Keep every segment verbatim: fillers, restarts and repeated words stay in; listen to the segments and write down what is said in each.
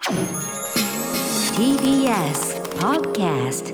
ティービーエス Podcast。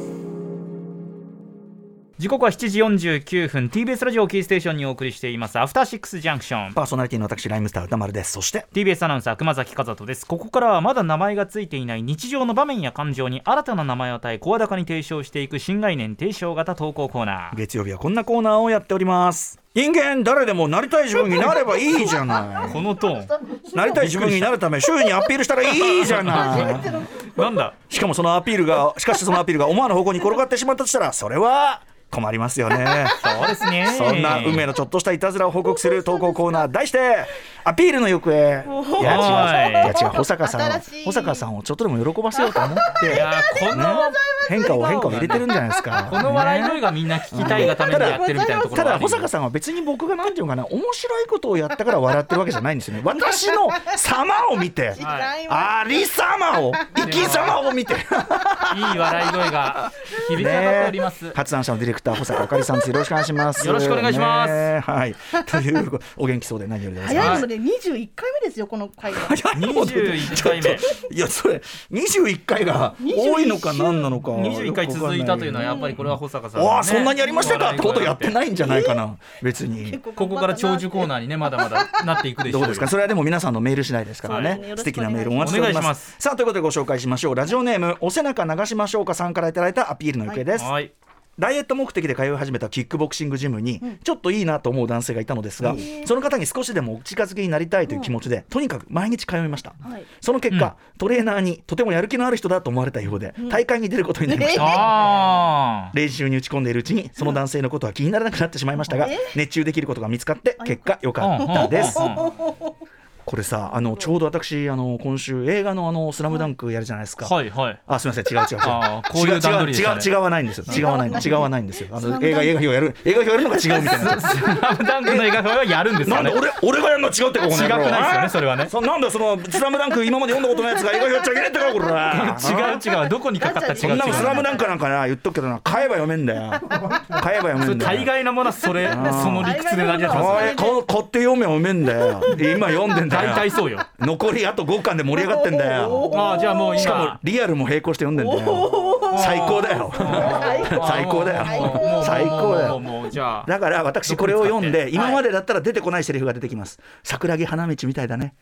時刻はしちじよんじゅうきゅうふん ティービーエス ラジオキーステーションにお送りしていますアフターシックスジャンクション。 パーソナリティの私ライムスター歌丸です。そしてティービーエス アナウンサー熊崎和人です。ここからはまだ名前がついていない日常の場面や感情に新たな名前を与え声高に提唱していく新概念提唱型投稿コーナー。 月曜日はこんなコーナーをやっております。人間誰でもなりたい自分になればいいじゃないこのトーンなりたい自分になるため周囲にアピールしたらいいじゃないなんだ。 しかもそのアピールがしかしそのアピールが思わぬ方向に転がってしまったとしたらそれは困りますよね。 そうですね。 そんな運命のちょっとしたいたずらを報告する投稿コーナー題してアピールの行方。いや違ういや違う保坂さん保坂さんをちょっとでも喜ばせようと思っていやこの、ね、 変化を変化を入れてるんじゃないですか。 この笑い声がみんな聞きたいがためにやってるみたいなところただ保坂さんは別に僕がなんていうのかな面白いことをやったから笑ってるわけじゃないんですよね。私の様を見て、はい、ありさまを生き様を見ていい笑い声が響き渡っております、ね、 発案者のディレクター保坂あかりさんです。よろしくお願いします。 よろしくお願いします、 ね、はいというお元気そうで何よりでございます。 早いのでにじゅういっかいめですよこの回は。 にじゅういっかいめいやそれにじゅういっかいが多いのか何なのかにじゅういっかい続いたというのはやっぱりこれは保坂さん、ね、 ああそんなにやりましたかってことやってないんじゃないかな別に。 ここから長寿コーナーにねまだまだなっていくでしょう。 どうですか。それはでも皆さんのメール次第ですからね、はい、素敵なメールお待ちしております。お願いします。さあということでご紹介しましょう。ラジオネームお背中長島翔香さんからいただいたアピールの行方です、はいはい。ダイエット目的で通い始めたキックボクシングジムにちょっといいなと思う男性がいたのですが、うん、その方に少しでもお近づきになりたいという気持ちで、うん、とにかく毎日通いました、はい、その結果、うん、トレーナーにとてもやる気のある人だと思われたようで、うん、大会に出ることになりました、えー、練習に打ち込んでいるうちにその男性のことは気にならなくなってしまいましたが、えー、熱中できることが見つかって結果良かったです。これさあのちょうど私あの今週映画のあのスラムダンクやるじゃないですか。 はいはい。 あすみません違う違う違う。 あこういう段取りでしたね。 違う違う違わないんですよ。違わない違わないんですよ。あの映画映画表やる映画表やるのが違うみたいな。 スラムダンクの映画表はやるんですよね。 なんで俺俺がやるの違うってここね。 違くないですよねそれはね。 そなんだそのスラムダンク今まで読んだことないやつが映画表やっちゃいけないってかこれ。 違う違うどこにかかった違う違う。 そんなのスラムダンクなんかな言っとくけどな買えば読めんだよ。買えば読めんだよ。 大概なものはそれその理屈で成り立ちますね。 買って読め読めんだよ。今読んでんだよ。 大体そうよ。 残りあとごかんで盛り上がってんだよ。 あじゃあもう今しかもリアルも並行して読んでんだよ。最高だよ最高だよ最高だよ。もうじゃあだから私これを読んで今までだったら出てこないセリフが出てきます。桜木花道みたいだね。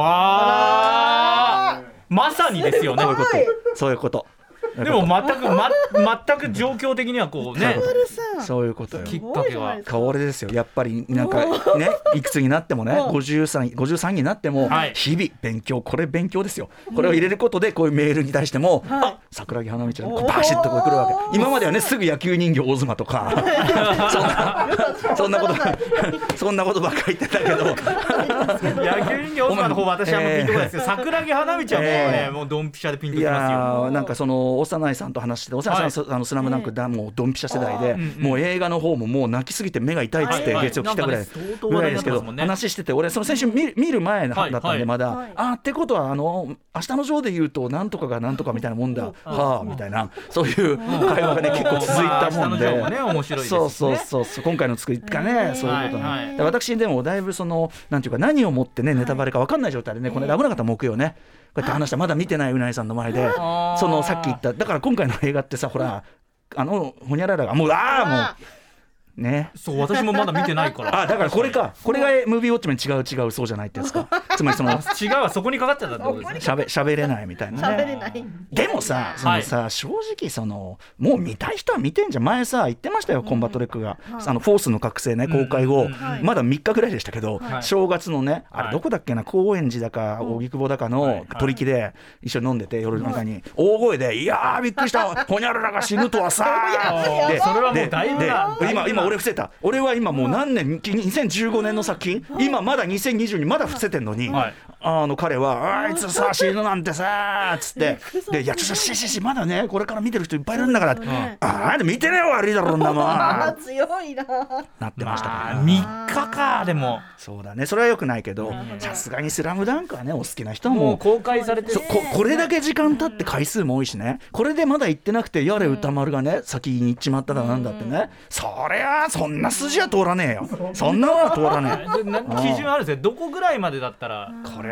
わーまさにですよね。 そういうことそういうことでも全く、ま、全く状況的にはこうねそういうことよ。 きっかけはこれですよ。やっぱりなんかねいくつになってもねごじゅうさん、ごじゅうさんになっても日々勉強これ勉強ですよ。これを入れることでこういうメールに対しても、はい、あ桜木花道がバシッとこう来るわけ。今まではねすぐ野球人形大妻とかそんなそんなことそんなことばっかり言ってたけど野球人形大妻の方は私はもうピンとこないですけど、えー、桜木花道はもうね、えー、もうドンピシャでピンときますよ。 いやなんかその幼いさんと話して幼いさん、はい、あのスラムダンクだもうドンピシャ世代で、もう映画の方ももう泣きすぎて目が痛いっつって月曜来たぐらいぐらいですけど、話してて俺その先週見る、見る前だったんでまだ、はいはい、あってことはあの明日のジョーで言うとなんとかがなんとかみたいなもんだはあみたいなそういう会話がね結構続いたもんで、 まあね、面白いですね。 そうそうそうそう今回の作りがねそういうことね、はいはい、私でもだいぶそのなんていうか何をもってねネタバレか分かんない状態でねこれ危なかった木曜ねこうやって話したまだ見てないうなぎさんの前でそのさっき言っただから今回の映画ってさほらあのほにゃららがもうああもうね、 そう私もまだ見てないからあだからこれかこれがムービーウォッチメン違う違うそうじゃないってやつかつまりその違うわそこにかかっちゃったってことですね。 しゃべ喋れないみたいなね。 喋れないでもさそのさ、はい、正直そのもう見たい人は見てんじゃん。前さ言ってましたよ、うん、コンバットレックが、はい、あのフォースの覚醒ね公開後、うんうんうん、まだみっかぐらいでしたけど、はい、正月のねあれどこだっけな高円寺だか荻窪だかの取り木で一緒に飲んでて夜中に大声でいやーびっくりしたほにゃららが死ぬとはさでそれはもうだいぶな今今俺伏せた俺は今もう何年にせんじゅうごねんの作品今まだにせんにじゅうにまだ伏せてんのに、はい、あの彼はあいつさ死ぬなんてさつってでいやちょっとしししまだねこれから見てる人いっぱいいるんだから、うん、ああ見てねえ悪いだろんなもん強いななってましたから、 まあ、みっかかでもそうだねそれは良くないけどさすがにスラムダンクはねお好きな人はもうもう公開されてこ, これだけ時間経って回数も多いしねこれでまだ行ってなくてやれ歌丸がね先に行っちまっただなんだってねそりゃそんな筋は通らねえよそんなのは通らねえ基準あるんですよどこぐらいまでだったらこれ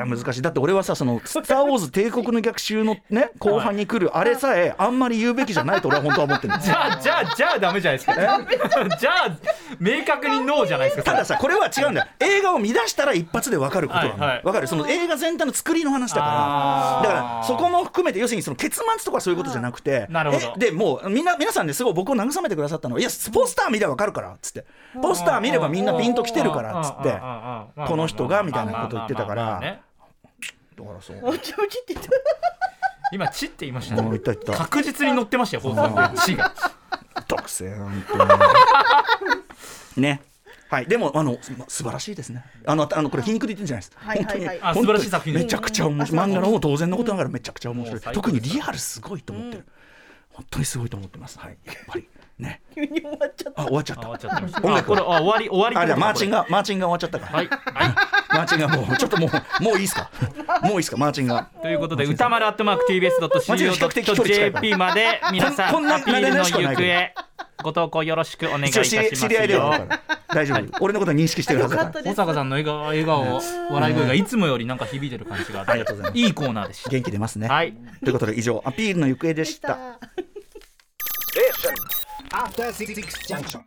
れは難しい。だって俺はさそのスター・ウォーズ帝国の逆襲のね後半に来るあれさえあんまり言うべきじゃないと俺は本当は思ってるんですじゃあじゃあじゃあダメじゃないですかじゃあ明確にノーじゃないですか。 たださこれは違うんだよ。映画を見出したら一発で分かることなの、 はいはい、 分かる。その映画全体の作りの話だからだからそこも含めて要するにその結末とかそういうことじゃなくて、 なるほど。 えでもうみんな皆さんですごい僕を慰めてくださったのは、いやポスター見れば分かるからっつって、ポスター見ればみんなピンときてるからっつってこの人がみたいなこと言ってたから、だからそうおちおちって言って今チって言いましたね。 もう言った言った確実に乗ってましたよ放送でチが独占本当にね。はい、でもあの素晴らしいですね。あのあのこれ皮肉で言ってんじゃないです。 はいはいはい、 あ素晴らしい作品めちゃくちゃ面白い。漫画の方当然のことながらめちゃくちゃ面白い。特にリアルすごいと思ってる、うん、本当にすごいと思ってます。はい、やっぱりね。 急に終わっちゃった。 あ終わっちゃった。 終わっちゃった。 音楽これあ終わり終わり。 あじゃあマーチンがマーチンが終わっちゃったから。 はいはい。 マーチンがもうちょっともうもういいですか。もういいですかマーチンが。 ということで歌丸アットマーク ティービーエスドットシーオードットジェーピー まで皆さんアピールの行方ご投稿よろしくお願いいたしますよ。 知り合いでは分かる。大丈夫、はい、俺のことは認識してるはずだから。 保坂さんの笑顔、笑顔笑い声がいつもよりなんか響いてる感じがあって、ありがとうございます。いいコーナーでした。 元気出ますね、 はい、 ということで以上アピールの行方でした。 でした。